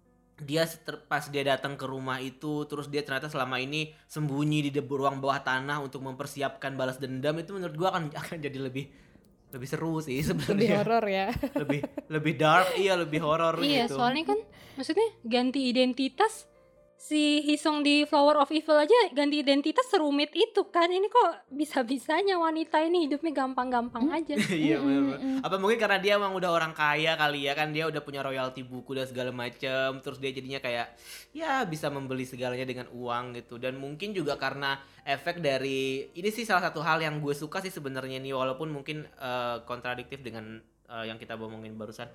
dia seter- pas dia datang ke rumah itu, terus dia ternyata selama ini sembunyi di de- ruang bawah tanah untuk mempersiapkan balas dendam, itu menurut gue akan akan jadi lebih lebih seru sih Lebih sebenarnya. horor ya. lebih lebih dark, iya lebih horor Iya, gitu. soalnya kan maksudnya ganti identitas. Si Hisong di Flower of Evil aja ganti identitas serumit itu kan. Ini kok bisa-bisanya wanita ini hidupnya gampang-gampang aja. Iya benar. Mm-mm-mm. Apa mungkin karena dia emang udah orang kaya kali ya, kan dia udah punya royalti buku dan segala macam, terus dia jadinya kayak ya bisa membeli segalanya dengan uang gitu. Dan mungkin juga karena efek dari ini sih, salah satu hal yang gue suka sih sebenarnya nih, walaupun mungkin eh, kontradiktif dengan eh, yang kita ngomongin barusan.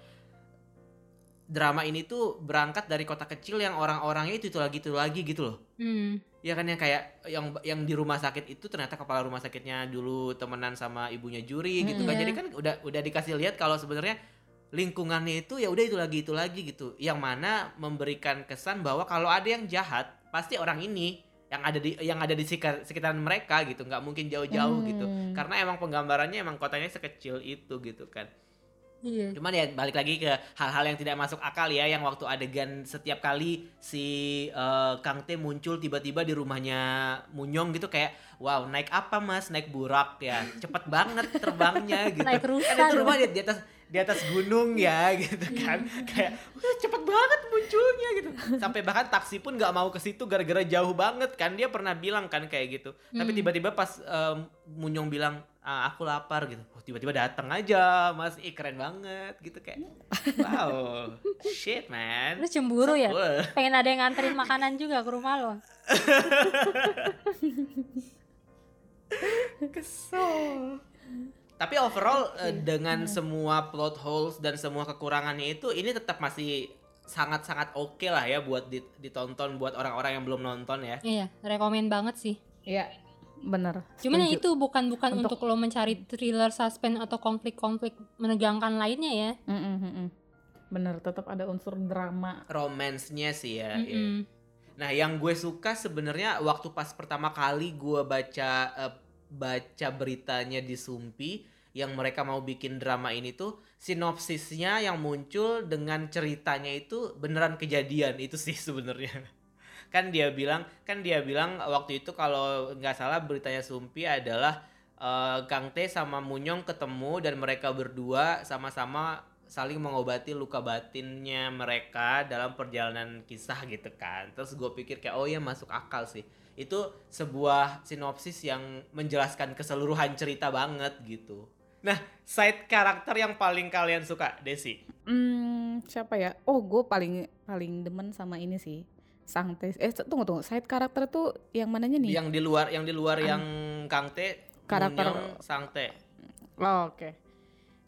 Drama ini tuh berangkat dari kota kecil yang orang-orangnya itu itu lagi itu lagi gitu loh. Hmm. Ya kan, yang kayak yang yang di rumah sakit itu ternyata kepala rumah sakitnya dulu temenan sama ibunya juri gitu kan. Iya. Jadi kan udah udah dikasih lihat kalau sebenarnya lingkungannya itu ya udah itu lagi itu lagi gitu. Yang mana memberikan kesan bahwa kalau ada yang jahat pasti orang ini yang ada di yang ada di sekitar, sekitaran mereka gitu, nggak mungkin jauh-jauh gitu. Hmm. Karena emang penggambarannya emang kotanya sekecil itu gitu kan. Iya. Cuman ya balik lagi ke hal-hal yang tidak masuk akal ya, yang waktu adegan setiap kali si eh, Kang Tae muncul tiba-tiba di rumahnya Munyong gitu, kayak wow, naik apa mas? Naik burak ya, cepet banget terbangnya gitu. Naik rusa Kan itu dong. rumah di, di atas di atas gunung ya gitu kan, kayak "Wah, cepet banget munculnya gitu." Sampai bahkan taksi pun nggak mau ke situ gara-gara jauh banget kan, dia pernah bilang kan kayak gitu. Tapi Hmm. tiba-tiba pas em, Munyong bilang "Ah, aku lapar" gitu, oh, tiba-tiba datang aja mas, ih keren banget gitu, kayak wow, shit man. Lu cemburu So ya? cool. Pengen ada yang nganterin makanan juga ke rumah lo. Kesel. Tapi overall eh, dengan semua plot holes dan semua kekurangannya itu, ini tetap masih sangat-sangat oke lah ya buat dit- ditonton buat orang-orang yang belum nonton ya. Iya, rekomen banget sih. Iya, bener. Cuman ya setuju. itu bukan bukan Untuk- untuk, lo mencari thriller, suspense atau konflik-konflik menegangkan lainnya ya. Mm-mm, mm-mm. Bener, tetap ada unsur drama. Romance-nya sih ya. iya. Mm-mm. Nah, yang gue suka sebenarnya waktu pas pertama kali gue baca eh, baca beritanya di Sumpi yang mereka mau bikin drama ini tuh, sinopsisnya yang muncul dengan ceritanya itu beneran kejadian itu sih sebenarnya. Kan dia bilang, kan dia bilang waktu itu kalau nggak salah beritanya Sumpi adalah eh, Kang Tae sama Munyong ketemu dan mereka berdua sama-sama saling mengobati luka batinnya mereka dalam perjalanan kisah gitu kan. Terus gue pikir kayak oh ya masuk akal sih. Itu sebuah sinopsis yang menjelaskan keseluruhan cerita banget gitu. Nah, side karakter yang paling kalian suka, Desi? Hmm, siapa ya? Oh, gue paling paling demen sama ini sih. Sang Tae. Eh, tunggu tunggu. Side karakter tuh yang mananya nih? Yang di luar, yang di luar An- yang Kang Tae, karakter- Munyong, Sang Tae. Oh, oke.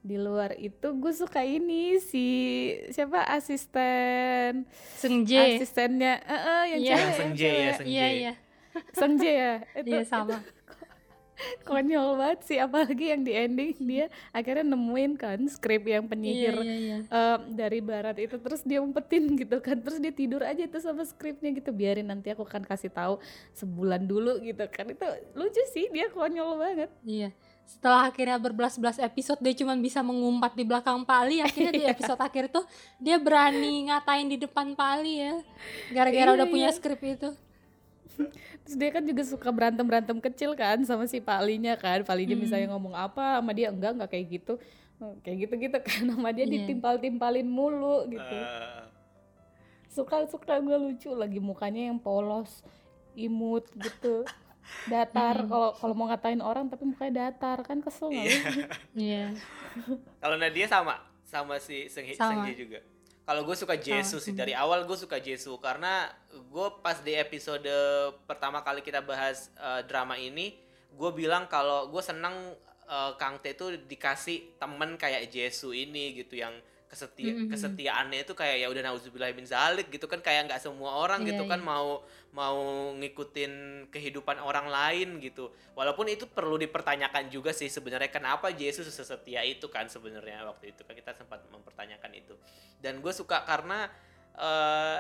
Di luar itu gue suka ini si siapa asisten Senje. asistennya eh eh, yang Iya. cewek Yang yang Senje ya, cewek. Senje. Iya iya. Senje ya itu, Iya sama. itu konyol banget sih, apalagi yang di ending dia akhirnya nemuin kan skrip yang Iya penyihir iya iya. em, dari barat itu, terus dia umpetin gitu kan, terus dia tidur aja tuh sama skripnya gitu, biarin nanti aku akan kasih tahu sebulan dulu gitu kan. Itu lucu sih, dia konyol banget. Iya. Setelah akhirnya berbelas-belas episode dia cuma bisa mengumpat di belakang Pak Ali, akhirnya di episode akhir tuh dia berani ngatain di depan Pak Ali ya. Gara-gara Iya, udah punya iya. skrip itu. Terus dia kan juga suka berantem-berantem kecil kan sama si Pak Linya kan. Pak Linya misalnya Hmm. ngomong apa sama dia, enggak enggak kayak gitu. Hmm, Kayak gitu-gitu kan sama dia Iya. ditimpal-timpalin mulu gitu. Eh, Suka-suka gue, lucu lagi mukanya yang polos, imut gitu. Datar, kalau kalau mau ngatain orang tapi mukanya datar kan, kesel nggak Iya. lu? Iya. Kalau Nadia sama sama si Seng Sama. Sengji juga. Kalau gue suka Jesu sih, dari awal gue suka Jesu karena gue pas di episode pertama kali kita bahas eh, drama ini, gue bilang kalau gue seneng eh, Kang Tae tuh dikasih temen kayak Jesu ini gitu, yang kesetia Mhm. kesetiaannya itu kayak ya udah nauzubillah min zalik gitu kan, kayak nggak semua orang Iya, gitu kan iya. mau mau ngikutin kehidupan orang lain gitu. Walaupun itu perlu dipertanyakan juga sih sebenarnya, kenapa Yesus sesetia itu kan sebenarnya, waktu itu kan kita sempat mempertanyakan itu. Dan gue suka karena eh,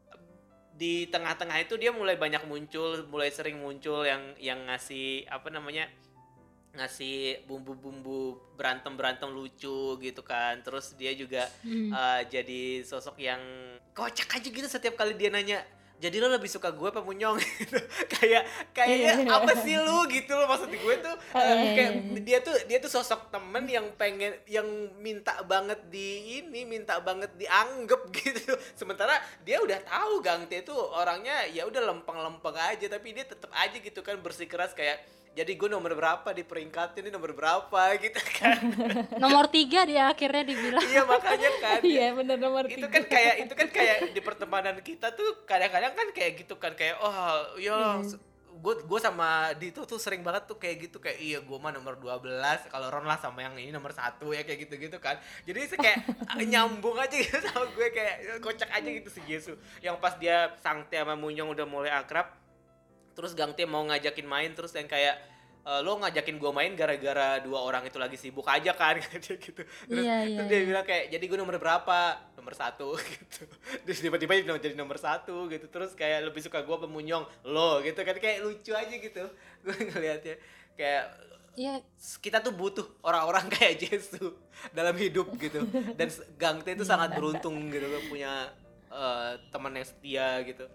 di tengah-tengah itu dia mulai banyak muncul, mulai sering muncul yang yang ngasih apa namanya, ngasih bumbu-bumbu berantem-berantem lucu gitu kan. Terus dia juga Hmm. eh, jadi sosok yang kocak aja gitu setiap kali dia nanya, jadi lo lebih suka gue apa Munyong gitu. kayak kayaknya Iya. apa sih lu gitu loh, maksud gue tuh eh, Iya, kayak iya. dia tuh dia tuh sosok temen yang pengen, yang minta banget di ini, minta banget dianggap gitu. Sementara dia udah tahu Gang Tae tuh orangnya ya udah lempeng-lempeng aja, tapi dia tetap aja gitu kan bersikeras kayak, jadi gue nomor berapa di peringkat ini, nomor berapa gitu kan. Nomor tiga dia akhirnya dibilang. Iya makanya kan. Iya bener, nomor Itu tiga. kan kayak itu kan kayak di pertemanan kita tuh kadang-kadang kan kayak gitu kan, kayak oh ya gue gue sama Dito tuh sering banget tuh kayak gitu, kayak iya gue mah nomor dua belas, kalau Ron lah sama yang ini nomor satu ya, kayak gitu-gitu kan. Jadi itu kayak nyambung aja gitu sama gue, kayak kocak aja gitu si Jesu. Yang pas dia Sangte sama Munyong udah mulai akrab, terus Gang Tae mau ngajakin main, terus yang kayak "Eh, lo ngajakin gue main gara-gara dua orang itu lagi sibuk aja kan," kayak gitu. Terus, Iya, iya, terus dia iya. bilang kayak, jadi gue nomor berapa? Nomor satu gitu. Terus tiba-tiba dia jadi nomor satu gitu. Terus kayak lebih suka gue pemunyong lo gitu kan, kayak lucu aja gitu. Gue ngeliatnya kayak Iya. kita tuh butuh orang-orang kayak Jesu dalam hidup gitu. Dan Gang Tae itu sangat beruntung gitu punya eh, teman yang setia gitu.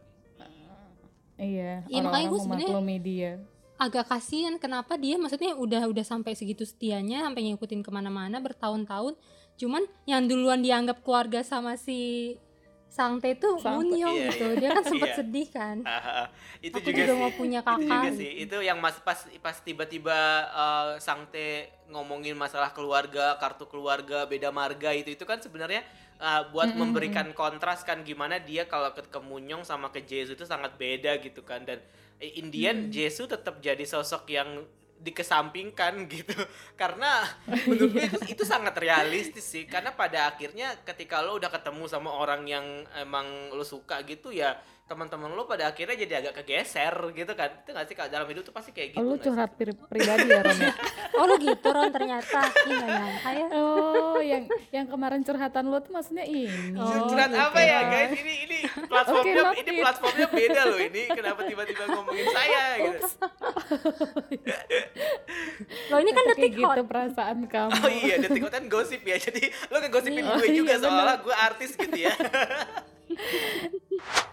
Iya, Iya, makanya orang-orang gue sebenarnya memaklumi dia. agak kasihan kenapa dia maksudnya udah udah sampai segitu setianya, sampai ngikutin kemana-mana bertahun-tahun, cuman yang duluan dianggap keluarga sama si Sangte tuh Sangte, Munyong iya, gitu. iya. Dia kan sempat Iya. sedih kan. Ah, itu Aku juga, juga sih. mau punya Itu juga kakak. sih. Itu yang mas pas pas tiba-tiba eh, Sangte ngomongin masalah keluarga, kartu keluarga, beda marga, itu itu kan sebenarnya eh, buat Mm-mm. memberikan kontras kan, gimana dia kalau ke, ke Munyong sama ke Jesu itu sangat beda gitu kan. Dan eh, Indian Jesu tetap jadi sosok yang dikesampingkan gitu, karena menurut gue itu, itu sangat realistis sih, karena pada akhirnya ketika lo udah ketemu sama orang yang emang lo suka gitu ya, teman-teman lo pada akhirnya jadi agak kegeser gitu kan. Itu nggak sih, Kak, dalam hidup tuh pasti kayak gitu Oh, lu nggak sih? curhat pri- pribadi ya Ron ya? Oh lu gitu Ron ternyata. Ih nggak nyangka ya. Oh, yang yang kemarin curhatan lu tuh maksudnya ini. Oh, Curhat gitu. apa ya guys, ini ini platformnya Oke, ini noted. platformnya beda loh, ini kenapa tiba-tiba ngomongin saya gitu. Loh ini kan Kayak detik hot. gitu perasaan kamu. Oh iya, detik kan gosip ya, jadi lo ngegosipin Iya. gue Oh, juga iya, seolah bener. gue artis gitu ya.